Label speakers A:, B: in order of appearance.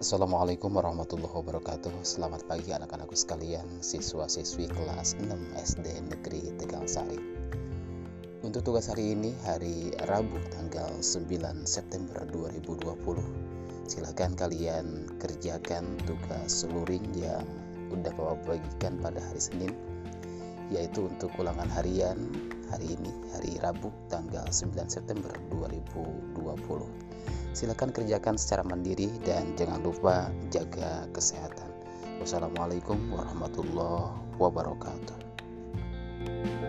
A: Assalamualaikum warahmatullahi wabarakatuh. Selamat pagi anak-anakku sekalian, siswa-siswi kelas 6 SD Negeri Tegal Sari. Untuk tugas hari ini, hari Rabu tanggal 9 September 2020. Silakan kalian kerjakan tugas luring yang udah Bapak bagikan pada hari Senin, yaitu untuk ulangan harian hari ini, hari Rabu tanggal 9 September 2020. Silakan kerjakan secara mandiri dan jangan lupa jaga kesehatan. Wassalamualaikum warahmatullahi wabarakatuh.